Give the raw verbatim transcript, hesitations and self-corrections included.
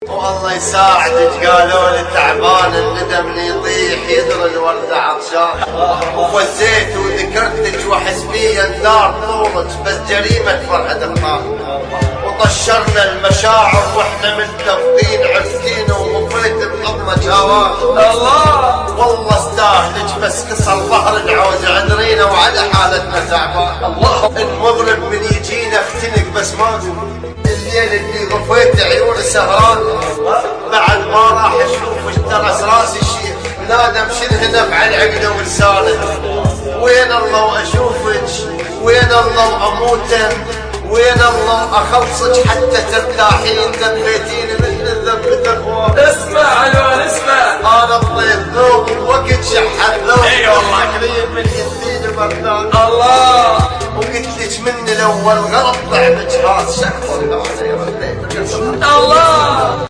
والله يساعدك قالوا لي تعبان الندم اللي يطيح يدري الورد عطشان، وفزيت وذكرتك وحسبيا دار طولك بس جريمة فرحة الخال، وطشرنا المشاعر واحنا متفقين عفتين ومفيت بحضنك هواك. الله والله استاهلك بس كسر ظهر العوز عذرينا وعلى حالتنا تعبان. الله المغرب من يجينا اختنق بس ما اقول الليل اللي غفيت عيون سهران، بعد ما راح اشوفك ترس راسي الشيخ نادم شن هنا بعد عقله ولسانه. وين الله واشوفك، وين الله واموتن، وين الله اخلصك حتى ترتاحين ذبيتيني مثل الذب تقوى. اسمع علوان اسمع، انا طيب ذوق وقت شحت ذوق. اي والله قريب من يديني مرتاح. الله وقلت لك من الاول غلط لعبك هذا شكوى. الله